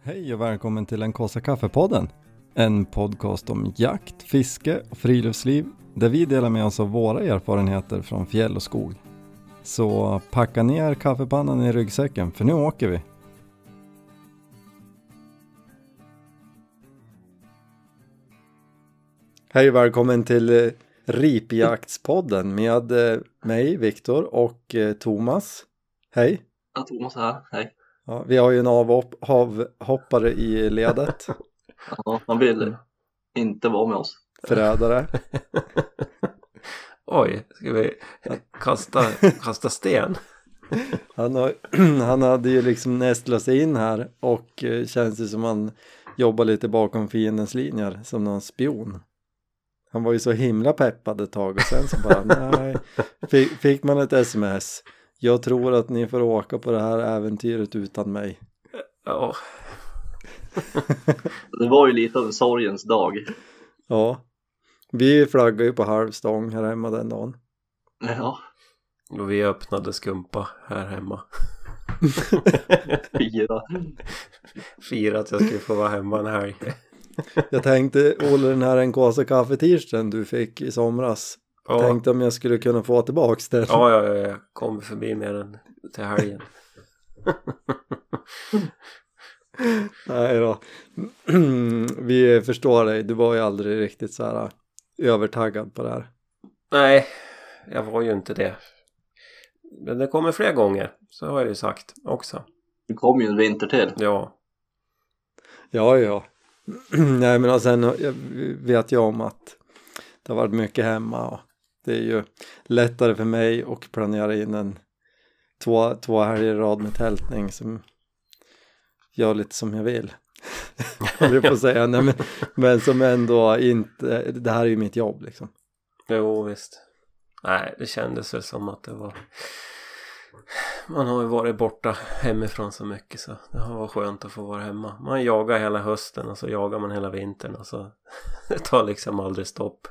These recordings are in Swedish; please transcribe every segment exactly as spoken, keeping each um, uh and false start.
Hej och välkommen till den kaffe kaffepodden. En podcast om jakt, fiske och friluftsliv där vi delar med oss av våra erfarenheter från fjäll och skog. Så packa ner kaffepannan i ryggsäcken för nu åker vi. Hej och välkommen till Ripjaktspodden med mig, Viktor, och Thomas. Hej. Ja, Thomas här. Hej. Ja, vi har ju en avhoppare i ledet. Ja, han vill inte vara med oss. Förrädare. Oj, ska vi kasta, kasta sten? Han, har, han hade ju liksom nästlat sig in här och eh, känns det som han jobbar lite bakom fiendens linjer som någon spion. Han var ju så himla peppad ett tag och sen så bara, nej, fick, fick man ett sms. Jag tror att ni får åka på det här äventyret utan mig. Ja. Det var ju lite av en sorgens dag. Ja. Vi flaggade ju på halvstång här hemma den dagen. Ja. Och vi öppnade skumpa här hemma. Fyra. Fyra att jag skulle få vara hemma en helg. Jag tänkte, Olle, den här en kasa kaffe-t-shirten du fick i somras. Ja. Tänkte om jag skulle kunna få tillbaks den. Ja, ja, ja, jag kom förbi med den till helgen. Nej då. Vi förstår dig. Du var ju aldrig riktigt så här övertaggad på det här. Nej, jag var ju inte det. Men det kommer fler gånger. Så har jag ju sagt också. Det kom ju en vinter till. Ja. Ja, ja. Nej, men och sen jag vet jag om att det har varit mycket hemma. Och det är ju lättare för mig att planera in en två, två helger i rad med tältning som gör lite som jag vill. Jag får säga. Nej, men, men som ändå inte, det här är ju mitt jobb liksom. Jo, visst. Nej, det kändes väl som att det var... Man har ju varit borta hemifrån så mycket så det har varit skönt att få vara hemma. Man jagar hela hösten och så jagar man hela vintern och så det tar liksom aldrig stopp.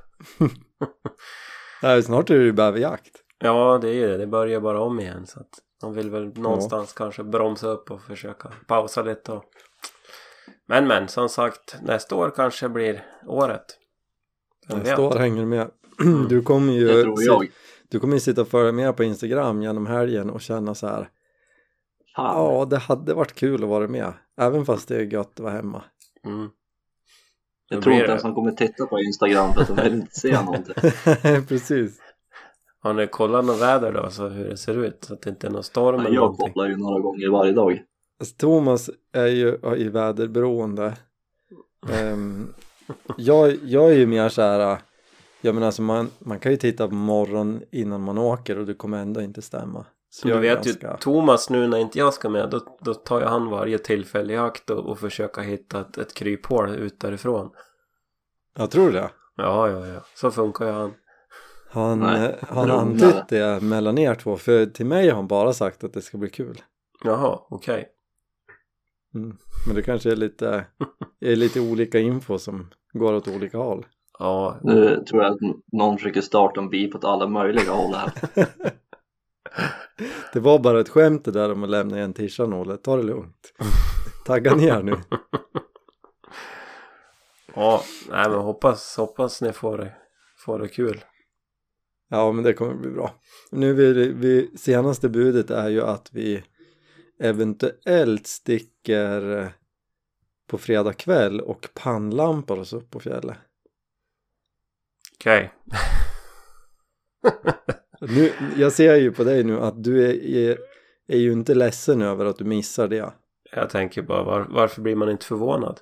Nej, snart är det ju bäverjakt. Ja, det är ju det. Det börjar bara om igen så att man vill väl någonstans ja. Kanske bromsa upp och försöka pausa lite och... Men men, som sagt, nästa år kanske blir året. Vem nästa vet? År hänger du med. Du kommer ju... Det tror jag. Du kommer ju sitta och följa med på Instagram genom helgen och känna så här. Fan. Ja, det hade varit kul att vara med. Även fast det är gött att vara hemma. Mm. Jag tror inte ens han kommer titta på Instagram för att de vill inte se någonting. Precis. Har ni kollat något väder då? Så hur det ser ut? Så att det inte är någon storm eller jag någonting? kopplar ju några gånger varje dag. Alltså, Thomas är ju i väderberoende. um, jag, jag är ju mer så här... Jag menar alltså man, man kan ju titta på morgon innan man åker och det kommer ändå inte stämma. Så du jag vet ganska... ju, Thomas nu när inte jag ska med, då, då tar jag han varje tillfälle i akt och, och försöka hitta ett, ett kryphål ut därifrån. Jag tror det. Ja, ja, ja. Så funkar ju han. Han har antytt det mellan er två. För till mig har han bara sagt att det ska bli kul. Jaha, okej. Okay. Mm. Men det kanske är lite, är lite olika info som går åt olika håll. Ja. Nu tror jag att någon försöker starta en bi på alla möjliga håll här. Det var bara ett skämt det där om att lämna en tishan, Olle. Ta det lugnt. Tagga ner nu. Ja, nej men hoppas, hoppas ni får det, får det kul. Ja, men det kommer bli bra. Nu vi, vi, senaste budet är ju att vi eventuellt sticker på fredag kväll och pannlampar oss upp på fjället. Okej. Nu, jag ser ju på dig nu att du är, är, är ju inte ledsen över att du missar det. Jag tänker bara, var, varför blir man inte förvånad?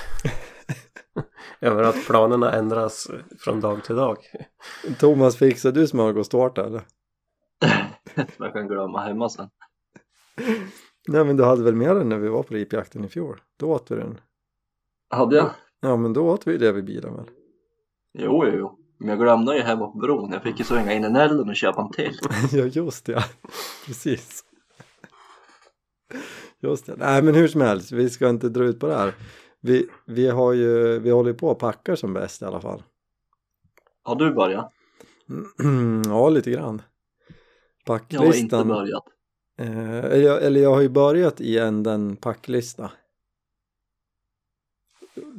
Över att planerna ändras från dag till dag. Thomas, fixar du smörgåstårta eller? Jag kan glömma hemma sen. Nej, men du hade väl med den när vi var på ripjakten i fjol? Då åt vi den. Hade jag? Ja, men då åt vi det vid bilen väl? Jo, jo, jo. Men jag glömde ju hemma på bron. Jag fick ju svänga in en elden och köpa en till. Ja, just det. Precis. Just det. Nej, men hur som helst. Vi ska inte dra ut på det här. Vi, vi har ju, vi håller på att packa som bäst i alla fall. Har du börjat? Ja, lite grann. Packlistan. Jag har inte börjat. Eh, eller, jag, eller jag har ju börjat i en den packlista.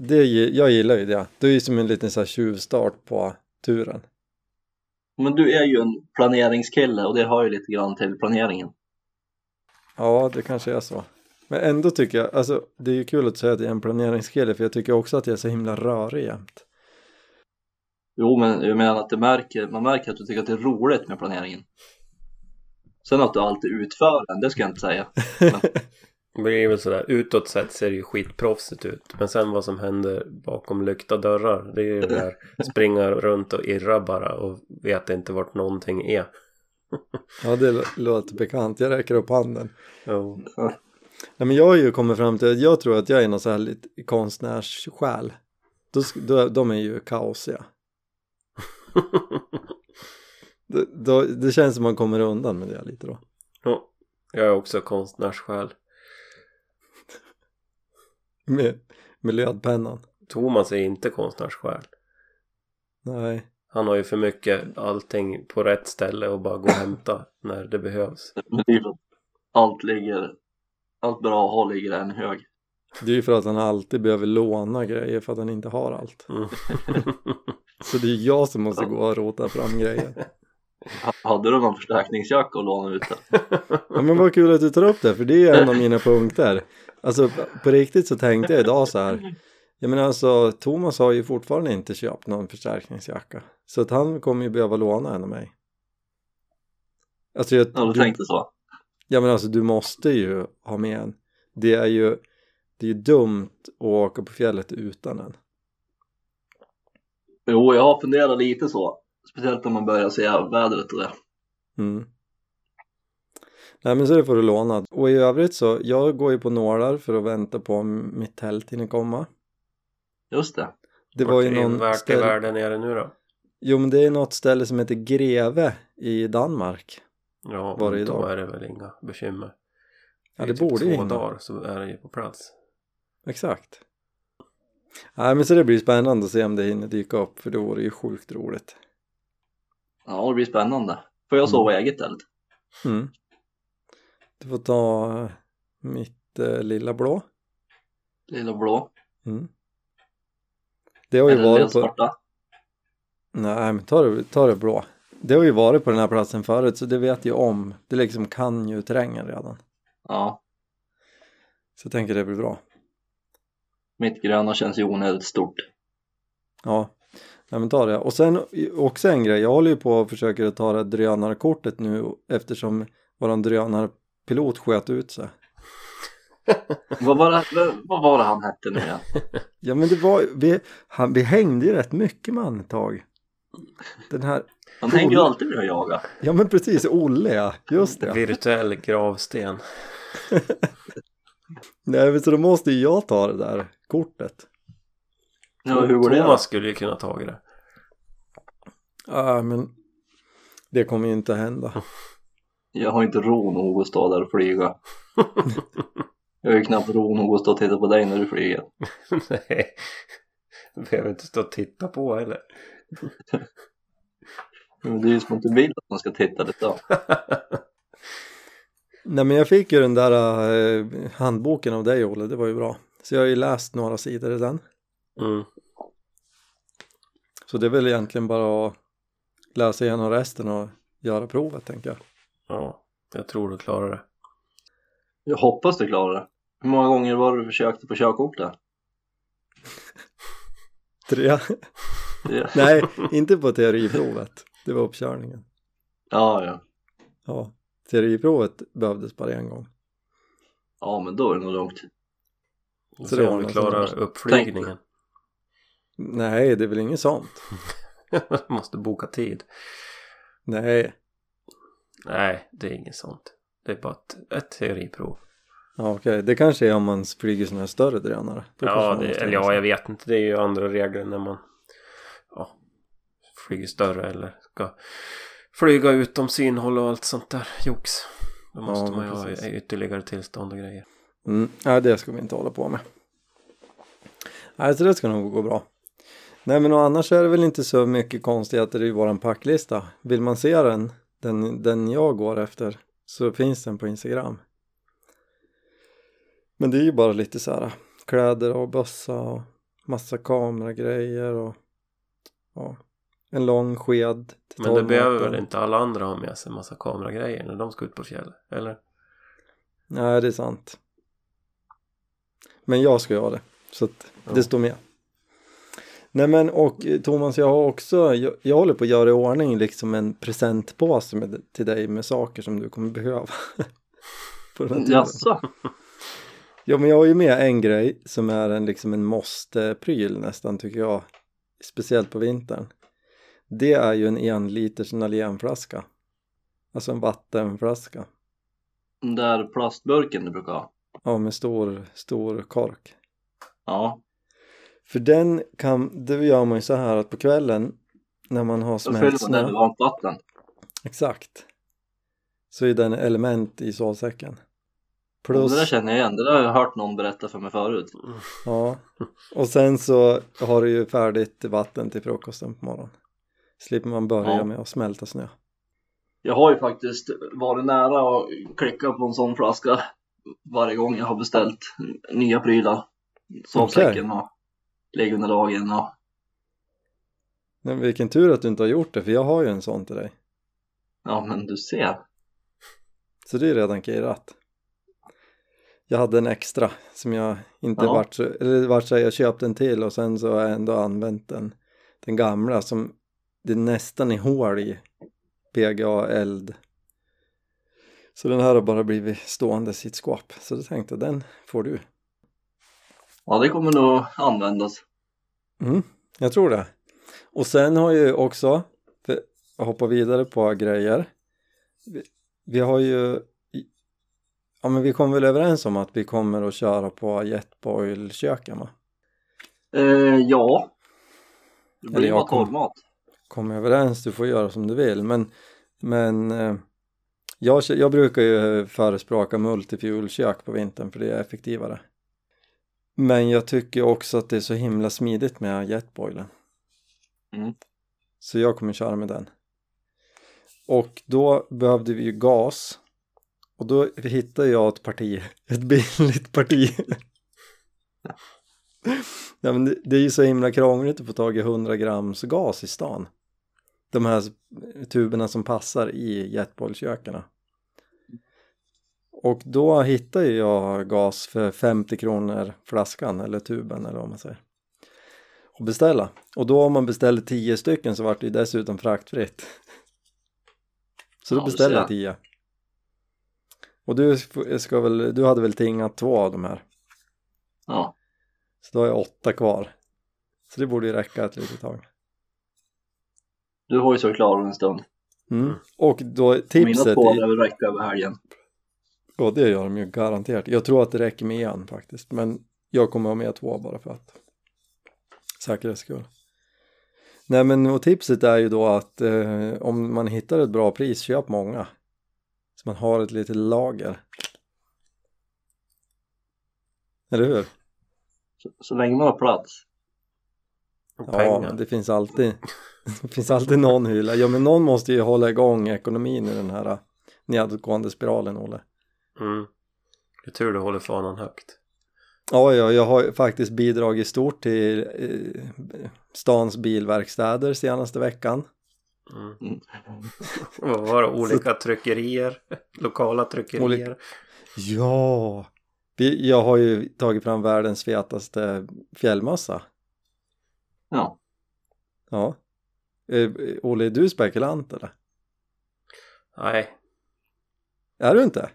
det, jag gillar ju det. Det är ju som en liten så här tjuvstart på turen. Men du är ju en planeringskille och det har ju lite grann till planeringen. Ja, det kanske är så. Men ändå tycker jag, alltså det är ju kul att säga att jag är en planeringskille, för jag tycker också att jag är så himla rörig jämt. Jo, men jag menar att det märker, man märker att du tycker att det är roligt med planeringen. Sen att du alltid utför den, det ska jag inte säga. Men... Det blir väl sådär, utåt sett ser det ju skitproffsigt ut. Men sen vad som händer bakom lyckta dörrar, det är ju det där springa runt och irra bara och vet inte vart någonting är. Ja, det låter bekant. Jag räcker upp handen. Oh. Nej, men jag har ju kommit fram till att jag tror att jag är någon så här lite konstnärssjäl. Då, då, de är ju kaosiga. det, då, det känns som man kommer undan med det lite då. Ja, jag är också konstnärssjäl. Med, med lödpennan. Thomas är inte konstnärssjäl. Nej. Han har ju för mycket allting på rätt ställe och bara gå och hämta när det behövs. Men det är för att allt ligger, allt bra håll ligger en hög. Det är ju för att han alltid behöver låna grejer för att han inte har allt. Mm. Så det är jag som måste gå och rota fram grejer. Hade du någon förstärkningsjacka att låna ut där? Ja, men vad kul att du tar upp det, för det är en av mina punkter. Alltså på riktigt så tänkte jag idag så här. Jag menar alltså, Thomas har ju fortfarande inte köpt någon förstärkningsjacka. Så att han kommer ju behöva låna en av mig. Alltså jag, Ja, du tänkte så. Ja, men alltså du måste ju ha med en. Det är ju det är ju dumt att åka på fjället utan en. Jo, jag har funderat lite så. Speciellt om man börjar se vädret och det. Mm. Nej, men så det får du låna. Och i övrigt så, jag går ju på nålar för att vänta på mitt tält hinner komma. Just det. Det var ju någon Vart i ställe... världen är det nu då? Jo, men det är något ställe som heter Greve i Danmark. Ja, var det då idag? är det väl inga bekymmer. Ja, det typ borde ju två hinna. dagar så är det ju på plats. Exakt. Nej, men så det blir spännande att se om det hinner dyka upp, för då vore det ju sjukt roligt. Ja, det blir spännande. Får jag sova i eget tält? Mm. Du får ta mitt eh, lilla blå. Lilla blå. Mm. Det har ju Eller varit den på... svarta. Nej, men ta det, ta det blå. Det har ju varit på den här platsen förut, så det vet jag om. Det liksom kan ju terrängen redan. Ja. Så jag tänker det blir bra. Mitt gröna känns ju onödigt stort. Ja, nej, men ta det. Och sen också en grej. Jag håller ju på och försöker att ta det drönarkortet nu, eftersom våran drönarpilot sköt ut sig. vad, var det, vad var det han hette nu igen? Ja, men det var vi, han, vi hängde ju rätt mycket med han ett tag. Den här Han hängde ju alltid med att jaga. Ja, men precis, Olle, ja. Just det. Virtuell gravsten. Nej, men så då måste ju jag ta det där kortet. Ja, hur går det då? Thomas skulle ju kunna ta det. Ja, men det kommer ju inte hända. Jag har inte ro nog att stå där och flyga. Jag har ju knappt ro nog att stå och titta på dig när du flyger. Nej, du behöver inte stå och titta på heller. Men det är ju som att du vill att man ska titta lite då. Nej, men jag fick ju den där eh, handboken av dig, Olle. Det var ju bra. Så jag har ju läst några sidor i den. Mm. Så det är väl egentligen bara att läsa igenom resten och göra provet, tänker jag. Ja, jag tror du klarar det. Jag hoppas du klarar det. Hur många gånger var du försökte på körkortet? Tre. Ja. Nej, inte på teoriprovet. Det var uppkörningen. Ja, ja. Ja, teoriprovet behövdes bara en gång. Ja, men då är det nog lugnt. Så Så se det om var du något klarar sånt. uppflygningen. Nej, det är väl inget sånt. Måste boka tid. Nej. Nej, det är inget sånt. Det är bara ett, ett teoriprov. Ja, okej. Okay. Det kanske är om man flyger såna här större drönare. Då kanske Ja, man det, måste eller läsa. ja, jag vet inte. Det är ju andra regler när man ja, flyger större eller ska flyga utom synhåll och allt sånt där jox. Då måste Ja, man ju ha precis. ytterligare tillstånd och grejer. Mm. Nej, det ska vi inte hålla på med. Nej, så det ska nog gå bra. Nej, men och annars är det väl inte så mycket konstigheter i våran packlista. Vill man se den, den, den jag går efter, så finns den på Instagram. Men det är ju bara lite så här kläder och bössa och massa kameragrejer och ja, en lång sked till Men det behöver torrmaten. väl inte alla andra ha med sig en massa kameragrejer när de ska ut på fjället, eller? Nej, det är sant. Men jag ska göra det. Så att Ja. det står med. Nej men och Thomas, jag har också, jag, jag håller på att göra i ordning liksom en presentpåse med, till dig med saker som du kommer behöva. På den här turen. Jaså? Ja, men jag har ju med en grej som är en liksom en måste-pryl nästan tycker jag. Speciellt på vintern. Det är ju en en liters Nalén-flaska. Alltså en vattenflaska. Den där plastburken du brukar ha. Ja, med stor, stor kork. Ja. För den kan, det gör man ju så här att på kvällen när man har Då smält fyller man den snö. med varmt vatten. Exakt. Så är den element i sovsäcken. Och det där Plus, känner jag igen. Det där har jag hört någon berätta för mig förut. ja. Och sen så har du ju färdigt vatten till frukosten på morgonen. Slipper man börja Ja. med att smälta snö. Jag har ju faktiskt varit nära att klicka på en sån flaska varje gång jag har beställt nya prylar. Sovsäcken och läggunderlagen och... Men vilken tur att du inte har gjort det, för jag har ju en sån till dig. Ja, men du ser. Så det är redan kirrat. Jag hade en extra som jag inte Ja. vart så, eller vart så jag köpte en till och sen så har jag ändå använt den, den gamla som det nästan är hål i, P G A-eld. Så den här har bara blivit stående i sitt skåp. Så då tänkte jag, den får du. Ja, det kommer nog användas. Mm, jag tror det. Och sen har jag ju också, för att hoppa vidare på grejer. Vi, vi har ju, ja men vi kom väl överens om att vi kommer att köra på Jetboil-köken va? Eh, ja. Det Eller blir jag bara kom- torrmat. Kom överens, du får göra som du vill. Men, men eh, jag, jag brukar ju förespråka multifuel-kök på vintern för det är effektivare. Men jag tycker också att det är så himla smidigt med Jetboilen. Mm. Så jag kommer köra med den. Och då behövde vi ju gas. Och då hittade jag ett parti, ett billigt parti. Ja, men det, det är ju så himla krångligt att få tag i hundra grams gas i stan. De här tuberna som passar i Jetboil-kökarna. Och då hittade jag gas för femtio kronor flaskan eller tuben eller vad man säger. Och beställa. Och då om man beställde tio stycken så var det ju dessutom fraktfritt. Så då Ja, du beställde ser. jag tio. Och du, ska väl, du hade väl tingat två av de här. Ja. Så då har jag åtta kvar. Så det borde ju räcka ett litet tag. Du har ju så klar en stund. Mm. Och då Mina tipset två i, lär väl räcka över helgen. ja det gör de ju garanterat. Jag tror att det räcker med en faktiskt. Men jag kommer ha med två bara för att säkerhets skull. Nej men och tipset är ju då att eh, om man hittar ett bra pris, köp många. Så man har ett litet lager. Eller hur? Så, så länge man har plats. Och Ja, pengar. men det finns alltid det finns alltid någon hylla. Ja, men någon måste ju hålla igång ekonomin i den här nedåtgående spiralen, Olle. Mm. Det är tur du håller fanan högt. Ja, ja, jag har ju faktiskt bidragit stort till eh, stans bilverkstäder senaste veckan. Mm. Mm. Vad var det? Olika tryckerier. Lokala tryckerier. Olika- Ja, vi, jag har ju tagit fram världens fetaste fjällmössa. Ja. Ja. Eh, Olle, är du spekulant eller? Nej. Är du inte?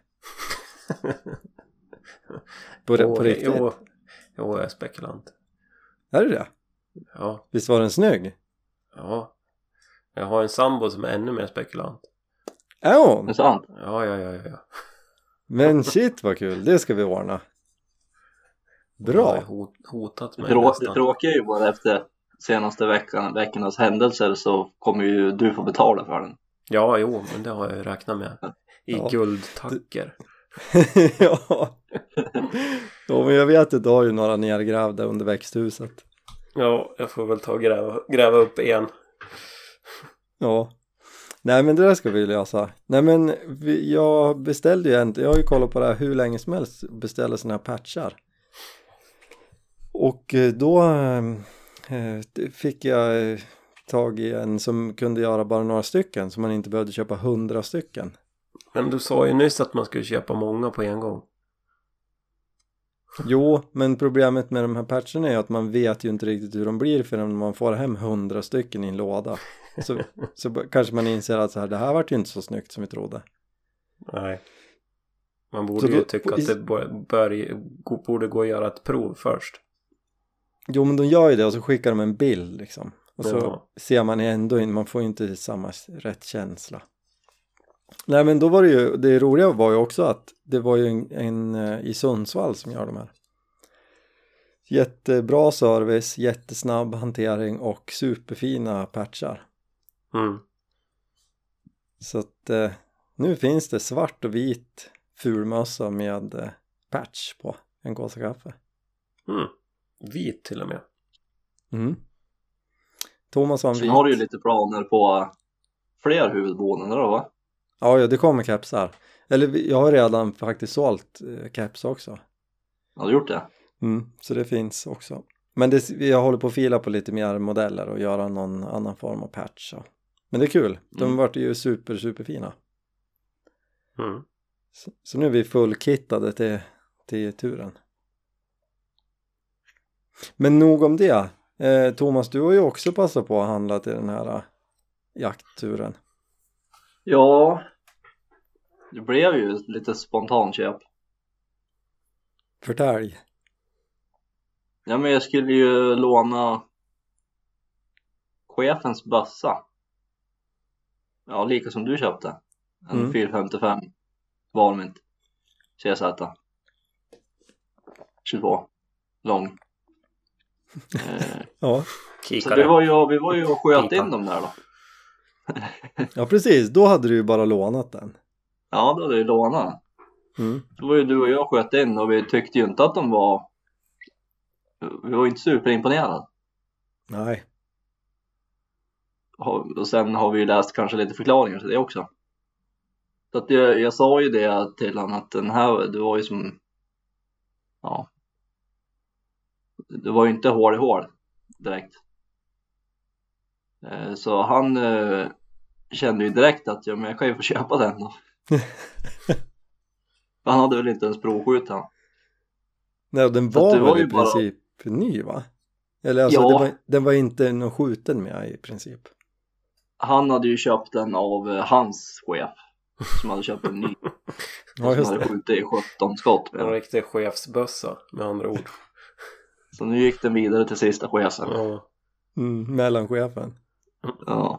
På, Jo, på riktigt? Jo, jo, jag är spekulant. Är du det? Ja, Visst var den snygg? ja. Jag har en sambo som är ännu mer spekulant. Är Det hon? är sant. Ja, ja, ja, ja. Men shit vad kul, det ska vi ordna. Hon har Bra. ju hot, hotat mig Trå- det nästan. tråkiga är ju bara efter senaste veckan, veckornas händelser så kommer ju du få betala för den. Ja, jo, men det har jag ju räknat med. I Ja. guldtacker. Ja. Ja, men jag vet att du har ju några nergrävda under växthuset. Ja, jag får väl ta och gräva, gräva upp en. Ja. Nej men det där ska vi lösa. Nej men vi, jag beställde ju en, jag har ju kollat på det här hur länge som helst, beställer såna här patchar. Och då eh, fick jag tag i en som kunde göra bara några stycken, så man inte behövde köpa hundra stycken. Men du sa ju nyss att man skulle köpa många på en gång. Jo, men problemet med de här patcherna är att man vet ju inte riktigt hur de blir förrän man får hem hundra stycken i en låda. Så, så kanske man inser att så här, det här vart ju inte så snyggt som vi trodde. Nej. Man borde då, ju tycka att det bör, bör, borde gå att göra ett prov först. Jo, men de gör ju det och så skickar de en bild liksom. Och så ja. ser man ändå inte, man får ju inte samma rätt känsla. Nej, men då var det ju, det roliga var ju också att det var ju en, en i Sundsvall som gör de här. Jättebra service, jättesnabb hantering och superfina patchar. Mm. Så att eh, nu finns det svart och vit fulmössa med eh, patch på en kåsa kaffe. Mm. Vit till och med. Mm. Thomas har en Sen vit. har du ju lite planer på fler huvudbonader då, va? Ja, ja, det kommer kepsar. Eller jag har redan faktiskt sålt eh, keps också. Har du gjort det? Mm, så det finns också. Men det, jag håller på att fila på lite mer modeller och göra någon annan form av patch. Så. Men det är kul. De Mm. vart ju super, super fina. Mm. Så, så nu är vi fullkittade till, till turen. Men nog om det. Eh, Thomas, du har ju också passat på att handla till den här uh, jaktturen. Ja, det blev ju lite spontanköp. Förtälj. Ja, men jag skulle ju låna chefens bössa. Ja, lika som du köpte. En Mm. fyra femtiofem valmint C Z tjugotvå lång. eh, Ja. så Kikare. det var ju, vi var ju och sköt Pipa. in dem där då. Ja, precis. Då hade du ju bara lånat den. Ja, då hade jag ju lånat. Mm. Då var ju du och jag sköt in och vi tyckte ju inte att de var, vi var ju inte superimponerade. Nej. Och sen har vi ju läst kanske lite förklaringar till det också. Så att jag, jag sa ju det till honom att den här, det var ju som, ja, det var ju inte hål i hål direkt. Eh, Så han eh, kände ju direkt att ja, men jag kan ju få köpa den då. Han hade väl inte ens provskjutit han. Nej, den Så att var det väl var ju i bara- princip ny, va? Eller alltså, Ja. det var, den var inte någon skjuten med i princip. Han hade ju köpt den av eh, hans chef som hade köpt en ny. Ja, som just hade det. skjutit i sjutton skott med En den. riktig chefsbössa med andra ord. Så nu gick den vidare till sista chefen. Ja. Mm, mellanchefen. Ja.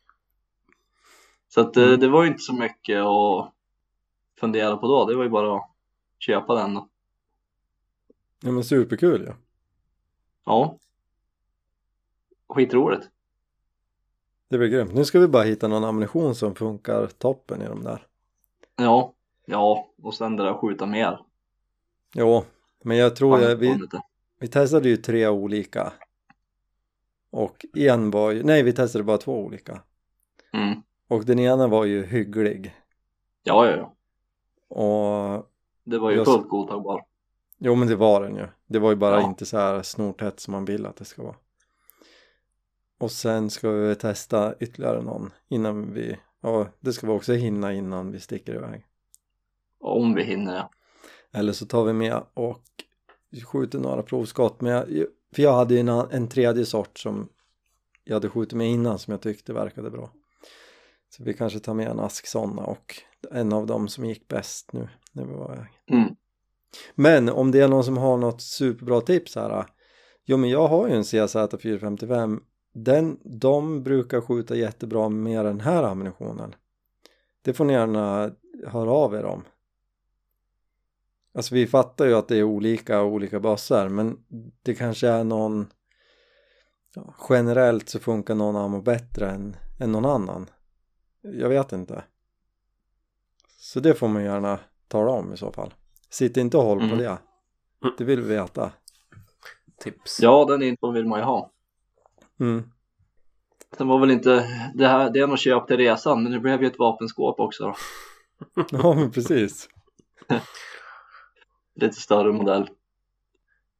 Så att eh, Mm. det var ju inte så mycket att fundera på då. Det var ju bara att köpa den då. Ja, men superkul, ja. Ja. Skitroligt. Det blir grymt. Nu ska vi bara hitta någon ammunition som funkar toppen i de där. Ja. Ja. Och sen det där skjuta mer. Jo, men jag tror jag, vi, Lite. vi testade ju tre olika. Och en var ju, nej vi testade bara två olika. Mm. Och den ena var ju hygglig. Ja, ja, ja. Och Det var ju Jag- fullt godtagbar. jo, men det var den ju. Det var ju bara Ja. inte så här snortätt som man vill att det ska vara. Och sen ska vi testa ytterligare någon innan vi, ja det ska vi också hinna innan vi sticker iväg. Om vi hinner, ja. Eller så tar vi med och skjuter några provskott. Men jag, för jag hade ju en, en tredje sort som jag hade skjutit med innan som jag tyckte verkade bra. Så vi kanske tar med en ask sådana och en av dem som gick bäst nu när vi var iväg. Mm. Men om det är någon som har något superbra tips här. Jo, men jag har ju en C Z fyra femtiofem. Den, de brukar skjuta jättebra med den här ammunitionen. Det får ni gärna höra av er om. Alltså vi fattar ju att det är olika olika bössor, men det kanske är någon, ja, generellt så funkar någon ammo bättre än, än någon annan. Jag vet inte. Så det får man gärna tala om i så fall. Sitt inte och håll Mm. på det. Det vill vi veta. Tips. Ja, den infon vill man ju ha. Mm. Sen var väl inte, det här, det är nog köp till resan, men det blev ju ett vapenskåp också då. Ja, men precis. Lite större modell.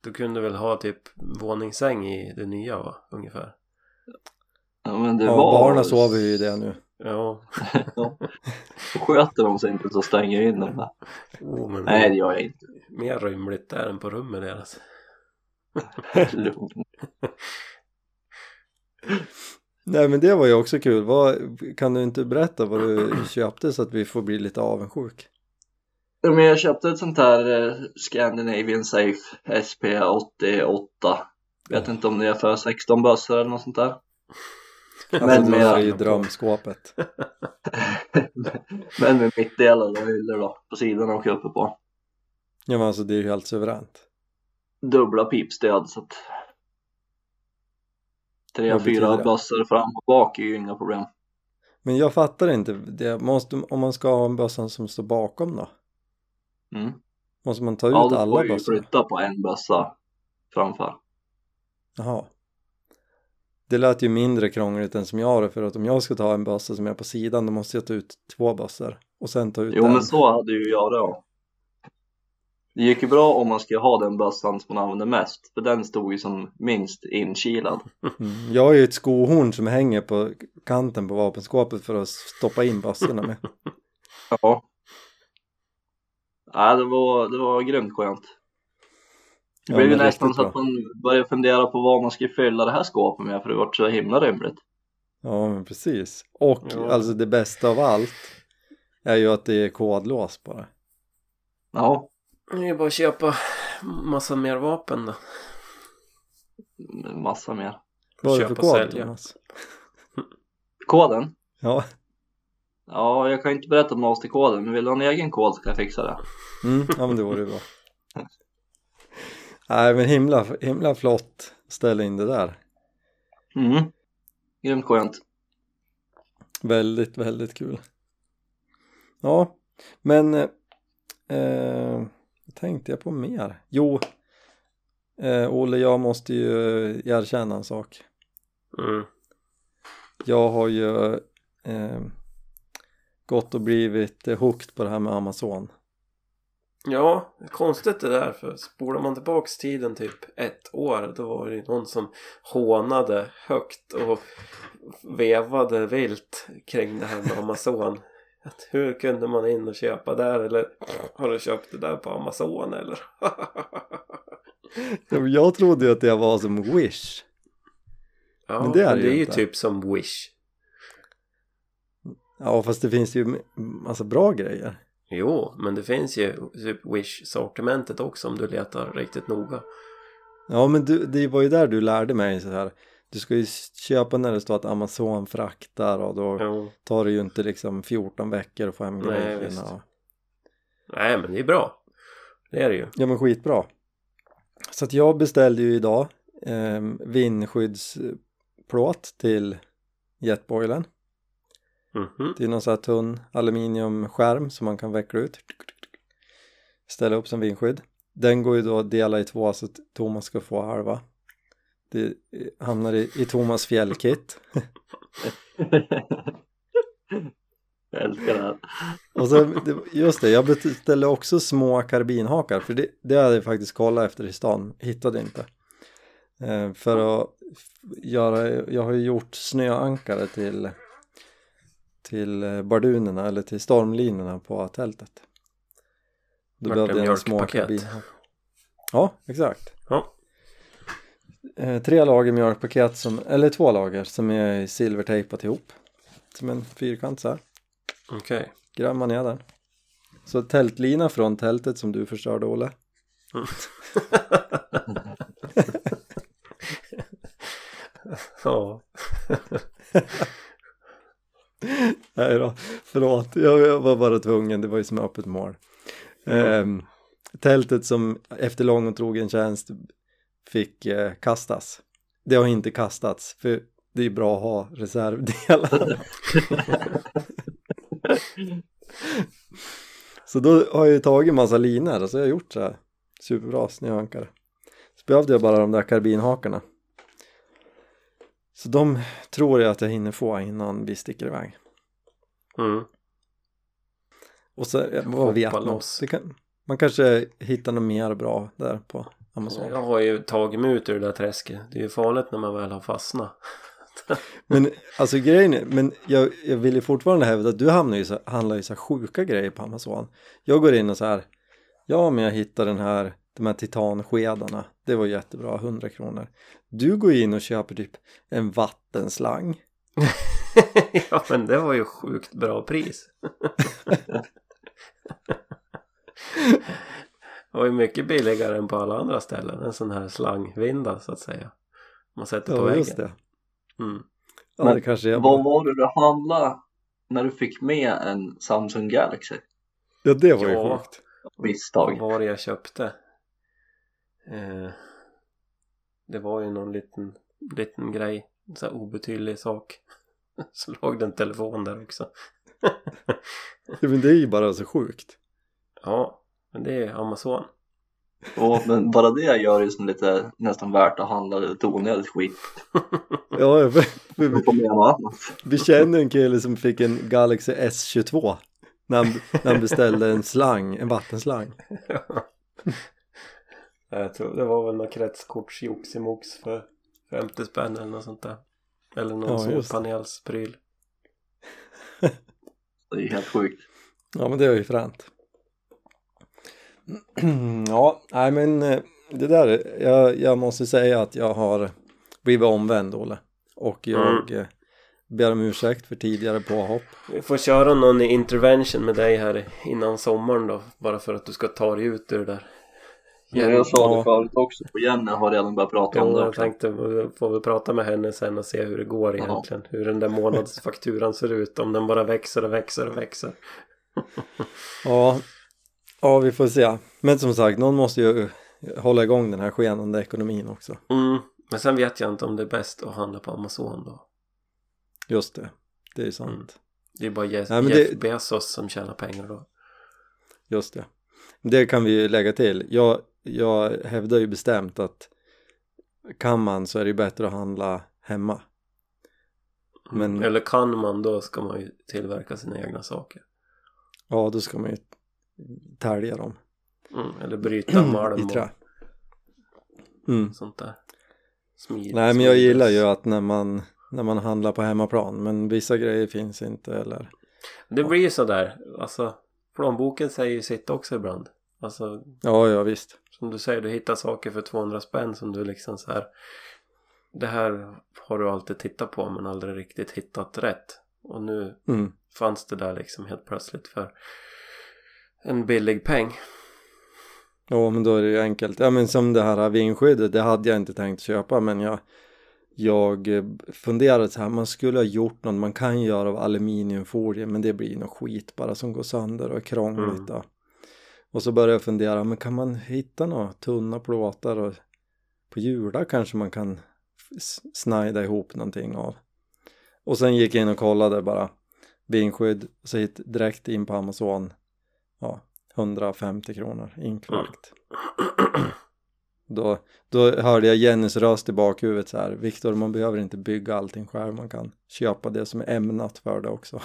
Du kunde väl ha typ våningssäng i det nya, va? Ungefär. Ja, men det Ja, var... barnen sover ju i det nu. Ja. Ja. Så sköter de sig inte så stänger in dem där. Oh, men Nej, det gör jag inte. mer rymligt där än på rummet deras. Lugn. Nej, men det var ju också kul. Vad, kan du inte berätta vad du köpte så att vi får bli lite avundsjuk? Ja, men jag köpte ett sånt här eh, Scandinavian Safe S P åttioåtta. Vet inte om det är för sexton bössor eller något sånt där. Alltså, Men det med- är ju drömskåpet. Men med mittdelar och hyllor då på sidorna och uppe på. Ja, men alltså det är ju helt suveränt. Dubbla pipstöd så att tre, Vad betyder fyra det? bössor fram och bak är ju inga problem. Men jag fattar inte. Det måste, om man ska ha en bössan som står bakom då. Mm. Måste man ta ut Ja, då får alla du ju bössor? flytta på en bössa framför. Jaha. Det lät ju mindre krångligt än som jag har det, för att om jag ska ta en bössa som är på sidan då måste jag ta ut två bössor och sen ta ut Jo, en. men så hade ju jag det då. Det gick ju bra om man skulle ha den bössan som man använde mest, för den stod ju som minst inkilad. Mm. Jag har ju ett skohorn som hänger på kanten på vapenskåpet för att stoppa in bössorna med. Ja. Nej, det var, det var grymt skönt. Det Ja, blev ju men nästan riktigt så att bra. man började fundera på vad man skulle fylla det här skåpet med, för det var så himla rymligt. Ja, men precis. Och Ja. alltså det bästa av allt är ju att det är kodlås på det. Ja, Det är bara att köpa massa mer vapen då. massa mer. Vad är det för Köpa, kod, sälja. Thomas? Koden? Ja. Ja, jag kan inte berätta om masterkoden, men vill du ha en egen kod så kan jag fixa det. Mm, ja, men det vore ju bra. Nej, men himla, himla flott ställa in det där. Mm. Grymt skönt. Väldigt, väldigt kul. Ja, men eh, vad tänkte jag på mer? Jo, eh, Olle, jag måste ju erkänna en sak. Mm. Jag har ju eh, gått och blivit eh, hooked på det här med Amazon. Ja, konstigt det där, för spolar man tillbaks tiden typ ett år, då var det ju någon som hånade högt och vevade vilt kring det här med Amazon. Att hur kunde man in och köpa där, eller har du köpt det där på Amazon eller? Ja, men jag trodde ju att det var som Wish. Ja, Men det är men det det är ju ju inte. typ som Wish. Ja, fast det finns ju massa bra grejer. Jo, men det finns ju typ Wish-sortimentet också om du letar riktigt noga. Ja, men du, det var ju där du lärde mig så här. Du ska ju köpa när det står att Amazon fraktar, och då Jo. tar det ju inte liksom fjorton veckor att få hem Nej, grejerna. visst. Nej, men det är bra. Det är det ju. Ja, men skitbra. Så att jag beställde ju idag eh, vindskyddsplåt till jetboilen. Mhm. Det är någon sån här tunn aluminiumskärm som man kan veckla ut. Ställa upp som vindskydd. Den går ju då att dela i två så att Thomas ska få halva. Det hamnar i, i Thomas fjällkit. Jag älskar det här. Och så, just det, jag beställde också små karbinhakar. För det, det hade jag faktiskt kollat efter i stan. Hittade inte. Eh, för att göra, jag har ju gjort snöankare till till bardunerna eller till stormlinorna på tältet. Då Vart behövde det jag en små mjölkpaket? karbinhakar. Ja, exakt. Ja. Eh, tre lager mjölkpaket som, eller två lager som är silvertejpat ihop. Som en fyrkant så här. Okej. Gräver man ner den. Så tältlina från tältet som du förstörde, Olle. Mm. Ja. Nej då, förlåt. Jag, jag var bara tvungen, det var ju som öppet mål. Mm. Eh, tältet som efter lång och trogen tjänst fick eh, kastas. Det har inte kastats, för det är bra att ha reservdelar. Så då har jag ju tagit massa linor och så har jag gjort så här superbra snöankare. Så behövde jag bara de där karbinhakarna. Så de tror jag att jag hinner få innan vi sticker iväg. Mm. Och så, vad vet man? loss. Det kan, man kanske hittar något mer bra där på Amazon. Jag har ju tagit mig ut ur det där träsket. Det är ju farligt när man väl har fastnat. Men alltså grejen är, men jag, jag vill ju fortfarande hävda att du hamnar ju så, handlar ju så här sjuka grejer på Amazon. Jag går in och så här, ja men jag hittar den här, de här titanskedarna, det var jättebra, hundra kronor. Du går in och köper typ en vattenslang. Ja men det var ju sjukt bra pris. Det var ju mycket billigare än på alla andra ställen. En sån här slangvinda så att säga. Man sätter på Ja, väggen. just det. Mm. Ja, Men det kanske är vad bra. var det du handlade när du fick med en Samsung Galaxy? Ja, det var ju Ja. sjukt. Misstag. Vad var det jag köpte? Eh, det var ju någon liten, liten grej. En så här obetydlig sak. Så låg det en telefon där också. Ja, men det är ju bara så sjukt. Ja, men det är Amazon. Ja, men bara det gör det som lite nästan värt att handla lite onödigt skit. Ja, för, för, Då kommer jag något annat. vi känner en kille som fick en Galaxy S tjugotvå när han, när han beställde en slang, en vattenslang. Jag tror det var väl någon kretskortsjoximox för femtio spänn eller något sånt där. Eller någon Ja, sån just det. panelspryl. Det är helt sjukt. Ja, men det är ju fränt. Ja, nej men eh, det där, jag, jag måste säga att jag har blivit omvänd, Olle. Och jag mm. ber om ursäkt för tidigare påhopp. Vi får köra någon intervention med dig här innan sommaren då. Bara för att du ska ta dig ut ur det där. Ja, jag sa det förut också. Och Jenny har redan börjat prata om ja, det jag också. tänkte, vi får väl prata med henne sen och se hur det går egentligen. Ja. Hur den där månadsfakturan ser ut. Om den bara växer och växer och växer. Ja, ja, vi får se. Men som sagt, någon måste ju hålla igång den här skenande ekonomin också. Mm, men sen vet jag inte om det är bäst att handla på Amazon då. Just det, det är sant. Mm. Det är bara Jeff, Nej, Jeff det... Bezos som tjänar pengar då. Just det. Det kan vi ju lägga till. Jag, jag hävdar ju bestämt att kan man så är det ju bättre att handla hemma. Men... Mm. Eller kan man, då ska man ju tillverka sina egna saker. Ja, då ska man ju tälja dem. Mm, eller bryta malm i trä. Mm. Sånt där. Smid, Nej, men jag gillar ju att när man, när man handlar på hemmaplan, men vissa grejer finns inte eller... Det blir ju sådär, alltså plånboken säger ju sitt också ibland. Alltså, ja, ja visst. Som du säger, du hittar saker för tvåhundra spänn som du liksom så här. Det här har du alltid tittat på men aldrig riktigt hittat rätt. Och nu mm. fanns det där liksom helt plötsligt för en billig peng. Ja, men då är det ju enkelt. Ja, men som det här vindskyddet, det hade jag inte tänkt köpa, men jag jag funderade så här, man skulle ha gjort något man kan göra av aluminiumfolie, men det blir något skit bara som går sönder och är krångligt. Mm. Och så började jag fundera, men kan man hitta några tunna plåtar och på hjular kanske man kan snajda ihop någonting av. Och sen gick jag in och kollade bara vindskydd, så hit direkt in på Amazon. Ja, hundrafemtio kronor inkvakt. Mm. Då, då hörde jag Jennys röst i bakhuvudet så här: Viktor, man behöver inte bygga allting själv, man kan köpa det som är ämnat för det också.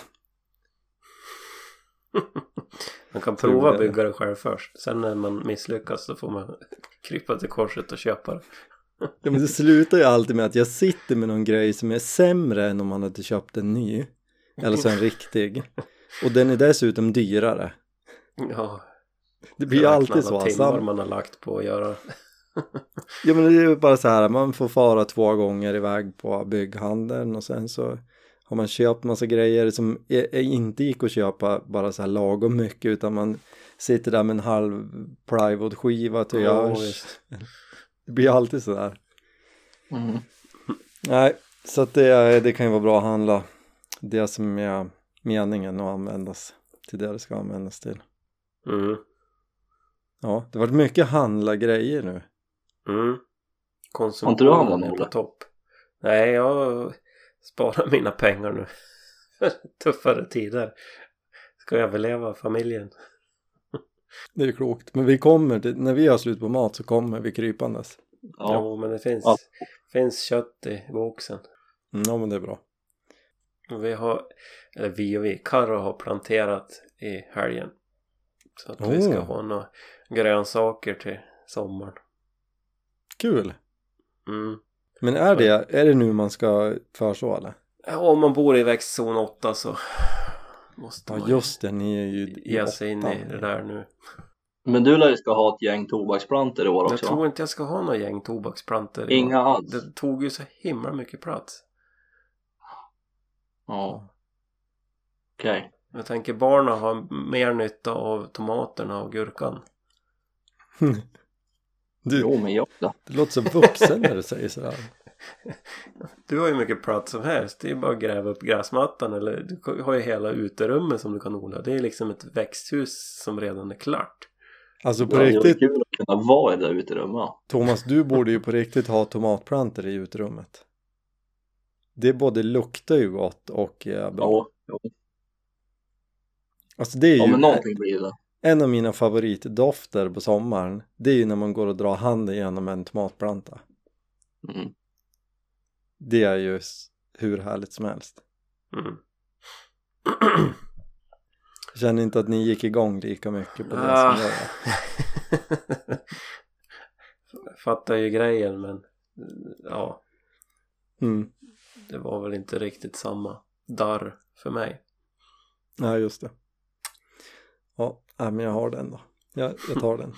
Man kan prova att bygga det själv först. Sen när man misslyckas så får man krypa till korset och köpa det. Ja, men det slutar ju alltid med att jag sitter med någon grej som är sämre än om man hade köpt en ny. Eller så en riktig. Och den är dessutom dyrare. Ja. Det blir ju alltid så. Timmar man har lagt på att göra. Ja, men det är ju bara så här, man får fara två gånger iväg på bygghandeln och sen så har man köpt massa grejer som är, är inte gick att köpa bara så här lagom mycket, utan man sitter där med en halv plywoodskiva till ja, görs. Det blir alltid så där. Mm. Nej, så att det, det kan ju vara bra att handla det som är meningen att användas till det det ska användas till. Mm. Ja, det har varit mycket handla grejer nu. Mm. Konsumtionen är på topp. Nej, jag sparar mina pengar nu. Tuffare tider. Ska jag överleva familjen. Det är klokt. Men vi kommer, till, när vi har slut på mat så kommer vi krypandes. Ja, ja men det finns, ja. finns kött i boxen. Mm, ja, men det är bra. Vi har, eller vi och vi, Karro har planterat i helgen. Så att oh. vi ska ha några grönsaker till sommaren. Kul. Mm. Men är det, är det nu man ska förså eller? Ja, om man bor i växtzon åtta så måste Ja man just det, ni är ju i ge sig in i åttan. det där nu. Men du lär ju ska ha ett gäng tobaksplantor i år också. Jag tror inte jag ska ha några gäng tobaksplantor. Inga alls. Det tog ju så himla mycket plats. Ja. Okej. Okay. Jag tänker barnen har mer nytta av tomaterna och gurkan. Du, jo men jag då. det låter så vuxen när du säger sådär. Du har ju mycket plats som helst. Det är bara att gräva upp gräsmattan. Eller du har ju hela uterummet som du kan odla. Det är liksom ett växthus som redan är klart. Alltså på Ja, riktigt. det är kul att kunna vara i det där uterummet. Thomas, du borde ju på riktigt ha tomatplantor i uterummet. Det både luktar ju gott och är bra. Ja, ja. Alltså det är ju Ja men någonting blir det. En av mina favoritdofter på sommaren. Det är ju när man går och drar handen genom en tomatplanta. Mm. Det är ju hur härligt som helst. Mm. Jag känner inte att ni gick igång lika mycket på det ah. som jag gör. Fattar ju grejen men ja. Mm. Det var väl inte riktigt samma darr för mig. Ja just det. Ja, men jag har den då. Jag, jag tar den.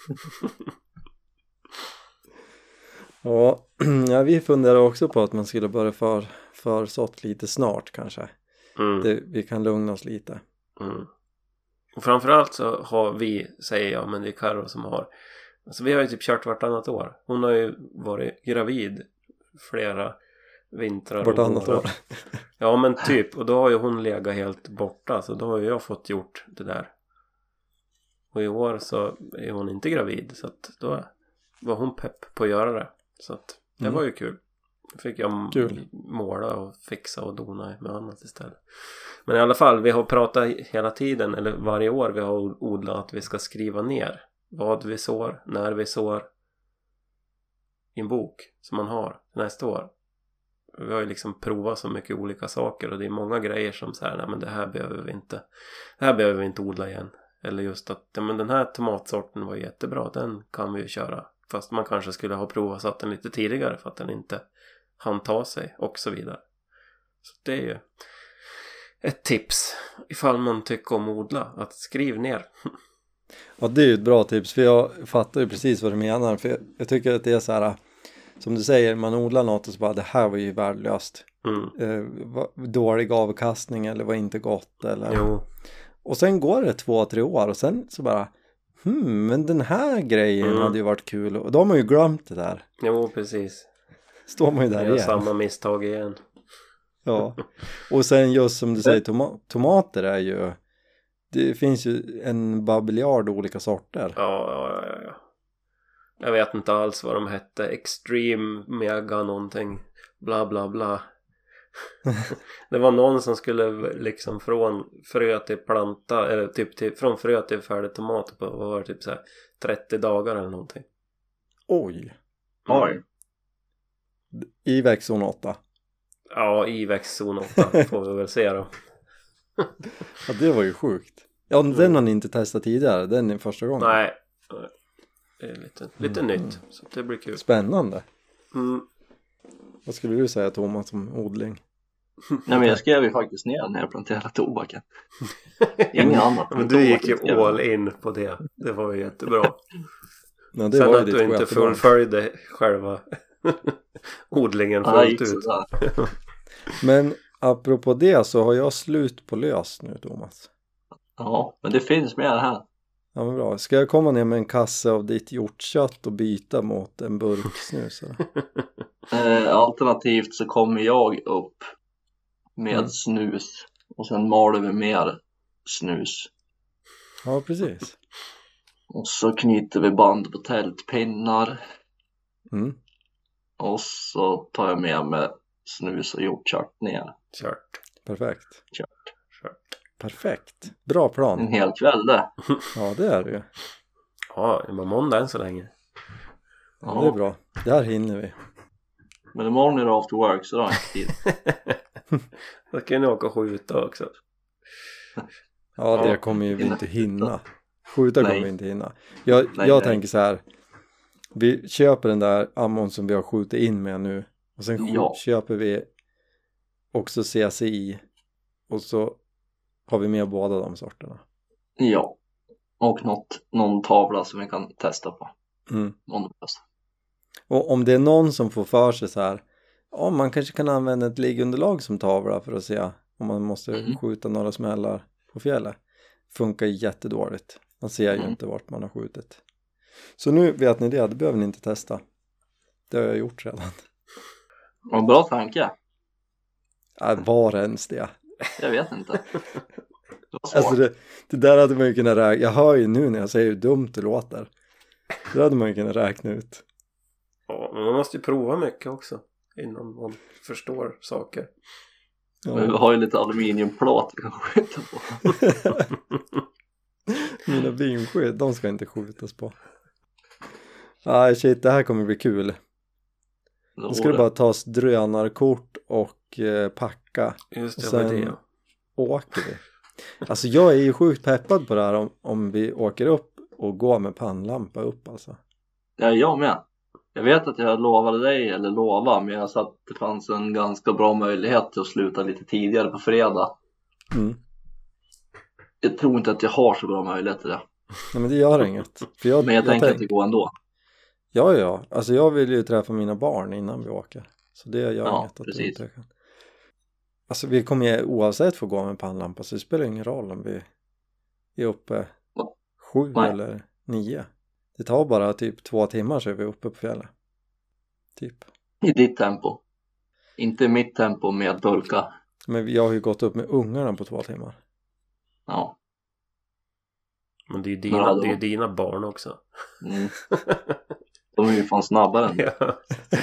Ja, ja, vi funderar också på att man skulle börja för, försått lite snart kanske. Mm. Det, vi kan lugna oss lite. Mm. Och framförallt så har vi, säger jag, men det är Karo som har. Alltså vi har ju typ kört vartannat år. Hon har ju varit gravid flera vintrar. Vartannat år. Ja men typ, och då har ju hon legat helt borta. Så då har ju jag fått gjort det där. Och i år så är hon inte gravid. Så att då var hon pepp på att göra det. Så att det mm. var ju kul. Då fick jag kul. måla och fixa och dona med annat istället. Men i alla fall, vi har pratat hela tiden, eller varje år vi har odlat att vi ska skriva ner vad vi sår, när vi sår i en bok som man har nästa år. Vi har ju liksom provat så mycket olika saker och det är många grejer som så här, nej men det här behöver vi inte, det här behöver vi inte odla igen. Eller just att, ja men den här tomatsorten var jättebra, den kan vi ju köra. Fast man kanske skulle ha provat satt den lite tidigare för att den inte hann ta sig och så vidare. Så det är ju ett tips ifall man tycker om odla, att skriv ner. Ja, det är ju ett bra tips för jag fattar ju precis vad du menar. För jag, jag tycker att det är så här, som du säger, man odlar något och så bara, det här var ju värdelöst. Mm. Eh, var, dålig avkastning eller var inte gott eller... Jo. Och sen går det två, tre år och sen så bara, hmm, men den här grejen mm. hade ju varit kul. Och då har man ju glömt det där. Jo, precis. Står man ju där jag igen. samma misstag igen. Ja, och sen just som du säger, toma- tomater är ju, det finns ju en babiljard olika sorter. Ja, ja, ja, ja. Jag vet inte alls vad de hette. Extreme, mega någonting. Bla bla bla. Det var någon som skulle liksom från frö till planta, eller typ till, från frö till färdig tomat på, vad var det, typ så här trettio dagar eller någonting. Oj. Oj. I växtzon åtta. Ja, i växtzon åtta får vi väl se då. Ja, det var ju sjukt. Ja, den mm. har ni inte testat tidigare. Den är första gången. Nej. Det är lite, lite mm. nytt. Så det blir kul. Spännande. Mm. Vad skulle du säga, Thomas, om odling? Nej, men jag skrev ju faktiskt ner när jag planterade tobaken. Ingen annan. Men du gick ju all in på det. Det var ju jättebra. Ja, det sen var att ju du inte fullföljde själva odlingen fullt ut. Men apropå det så har jag slut på lös nu, Thomas. Ja, men det finns mer här. Ja, men bra. Ska jag komma ner med en kasse av ditt hjortkött och byta mot en burk snus? eh, alternativt så kommer jag upp med mm. snus och sen maler vi mer snus. Ja, precis. Och så knyter vi band på tältpinnar. Mm. Och så tar jag med mig snus och hjortkött ner. Kört. Perfekt. Kört. Kört. Perfekt. Bra plan. En hel kväll det. Ja, det är det ju. Ja, det var måndag än så länge. Ja, ja, det är bra. Det här hinner vi. Men imorgon är det after work så då har jag inte tid. Då kan ni åka och skjuta också. Ja, det kommer ju vi inte hinna. Skjuta kommer vi inte hinna. Jag, jag tänker så här. Vi köper den där ammon som vi har skjutit in med nu. Och sen Ja. köper vi också C C I. Och så har vi med båda de sorterna. Ja. Och något, någon tavla som vi kan testa på. Mm. Om det behövs. Och om det är någon som får för sig så här, ja, man kanske kan använda ett liggunderlag som tavla för att se om man måste Mm. skjuta några smällar på fjället. Funkar jättedåligt. Man ser ju Mm. inte vart man har skjutit. Så nu vet ni det, det behöver ni inte testa. Det har jag gjort redan. Och bra tanke. Äh, var ens det? Jag vet inte. Det var svårt. Alltså det, det där hade man ju kunnat räkna. Jag hör ju nu när jag säger hur dumt det låter. Det hade man ju kunnat räkna ut. Ja, men man måste ju prova mycket också innan man förstår saker. Ja. Men vi har ju lite aluminiumplåt vi kan skjuta på. Mina vinskydd, de ska inte skjutas på. Nej, shit, det här kommer bli kul. Nu ska det bara tas drönarkort och eh, packa. Just det, Och vad sen- det är. Åker vi. Alltså jag är ju sjukt peppad på det här om, om vi åker upp och går med pannlampa upp alltså. Ja, jag med. Jag vet att jag lovade dig, eller lova, men jag sa att det fanns en ganska bra möjlighet till att sluta lite tidigare på fredag. Mm. Jag tror inte att jag har så bra möjlighet till det. Nej, men det gör inget. För jag, Men jag, tänker tänk- att det går ändå. Ja, ja. Alltså jag vill ju träffa mina barn innan vi åker. Så det gör Ja, inget att precis. du inte kan. Alltså vi kommer ju oavsett få gå med pannlampa, så det spelar ingen roll om vi är uppe Ja. sju Nej. eller nio. Det tar bara typ två timmar så är vi uppe på fjället. Typ. I ditt tempo. Inte mitt tempo med burka. Men jag har ju gått upp med ungarna på två timmar. Ja. Men det är ju Ja, dina, då. det är dina barn också. Mm. De är ju fan snabbare än Ja.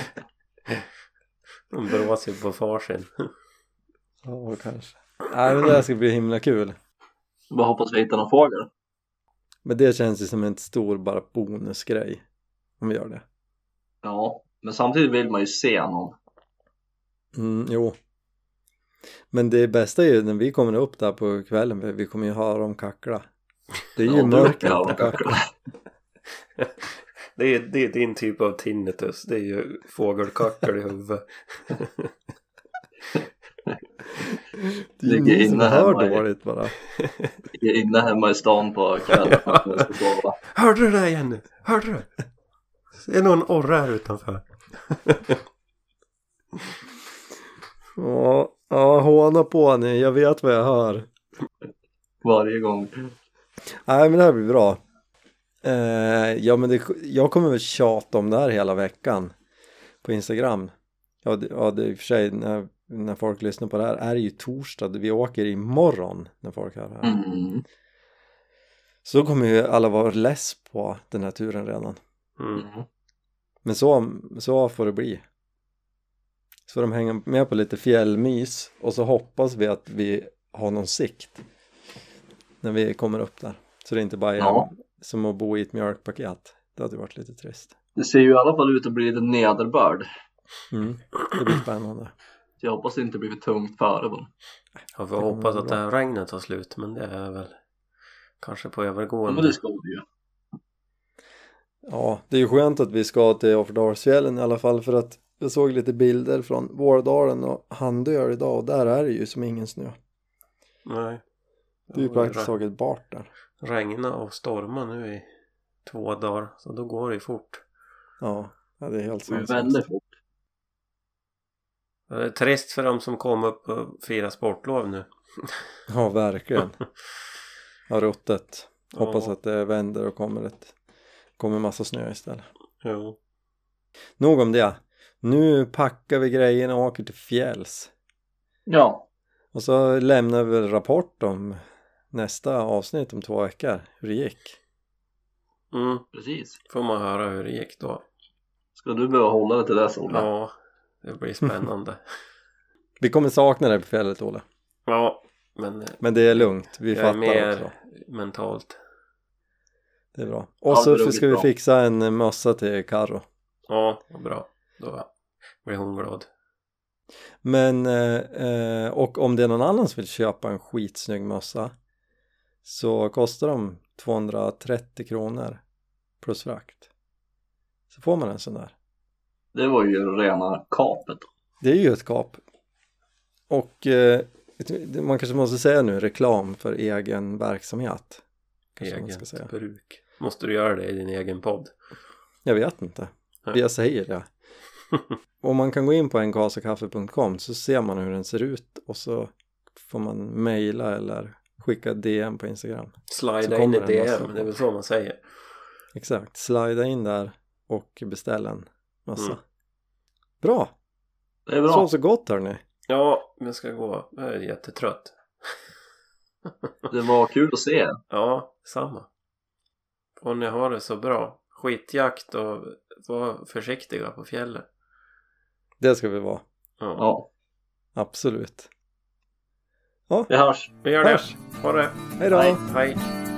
De brås ju på farsin. Ja, kanske. Nej, men det här ska bli himla kul. Bara hoppas vi hittar någon fågel. Men det känns ju som en stor bara bonusgrej. Om vi gör det. Ja, men samtidigt vill man ju se någon. Mm, jo. Men det bästa är ju när vi kommer upp där på kvällen. för Vi kommer ju höra dem kackla. Det är ju Ja, du mörkt kan att kackla. kackla. Det är, det är din typ av tinnitus. Det är ju fågelkackel i huvudet. Det är ju Ligger ni som inne hör hemma i- dåligt bara. Jag är inne hemma i stan på kvällen för att jag ska sova. Hörde du det där, Jenny? Hörde du? Det är någon orra här utanför. Ja, ja, håna på ni. Jag vet vad jag hör. Varje gång. Nej, men det här blir bra. Eh, ja, men det, jag kommer väl tjata om det här hela veckan på Instagram. Ja, det, ja, det är i och för sig när, när folk lyssnar på det här är det ju torsdag. Vi åker imorgon när folk hör det här. Mm. Så kommer ju alla vara less på den här turen redan. Mm. Mm. Men så, så får det bli. Så de hänger med på lite fjällmys. Och så hoppas vi att vi har någon sikt när vi kommer upp där. Så det inte bara är Ja. som att bo i ett mjölkpaket. Det hade varit lite trist. Det ser ju i alla fall ut att bli lite nederbörd. Mm. Det blir spännande. Så jag hoppas det inte blir för tungt före. Men... Jag får hoppas att det här regnet tar slut. Men det är väl kanske på Ja, övergående. men det ska det ju. Ja, det är ju skönt att vi ska till Offerdalsfjällen i alla fall. För att jag såg lite bilder från Vårdalen och Handöl idag. Och där är det ju som ingen snö. Nej. Det är ju Ja, praktiskt re- taget bart där. Regna och storma nu i två dagar. Så då går det ju fort. Ja, ja det är helt Det är sant. väldigt fort. Det är trist för dem som kom upp och firar sportlov nu. Ja, verkligen. Ja, ruttet. Hoppas Ja. att det vänder och kommer ett kommer massa snö istället. Jo. Nog om det. Nu packar vi grejerna och åker till fjälls. Ja. Och så lämnar vi väl rapport om nästa avsnitt om två veckor. Hur det gick. Mm. Precis. Får man höra hur det gick då. Ska du behöva hålla det till dess, Ola? Ja. Det blir spännande. Vi kommer sakna dig på fjället, Ola. Ja. Men eh, Men det är lugnt. Vi jag är fattar mer också. mentalt. Det är bra. Och Ja, så det är ska vi bra. fixa en mössa till Karo. Ja, vad bra. Då blir hon glad. Men eh, eh, och om det är någon annan som vill köpa en skitsnygg mössa så kostar de tvåhundratrettio kronor plus frakt. Så får man en sån där. Det var ju rena kapet. Det är ju ett kap. Och eh, man kanske måste säga nu reklam för egen verksamhet. Kanske man ska säga. Eget bruk. Måste du göra det i din egen podd? Jag vet inte. Nej. Jag säger det. Om man kan gå in på en kasakaffe punkt com så ser man hur den ser ut. Och så får man mejla eller skicka D M på Instagram. Slida in i D M, det är väl så man säger. Exakt, slida in där och beställ en massa. Mm. Bra! Det är bra. Så så gott hörni. Ja, jag ska gå. Jag är jättetrött. Det var kul att se. Ja, samma. Och ni har det så bra. Skitjakt och var försiktiga på fjället. Det ska vi vara. Ja. Ja, Absolut. Ja, vi hörs. Vi gör det. hörs. Ha det. Hej då! Hej. Hej.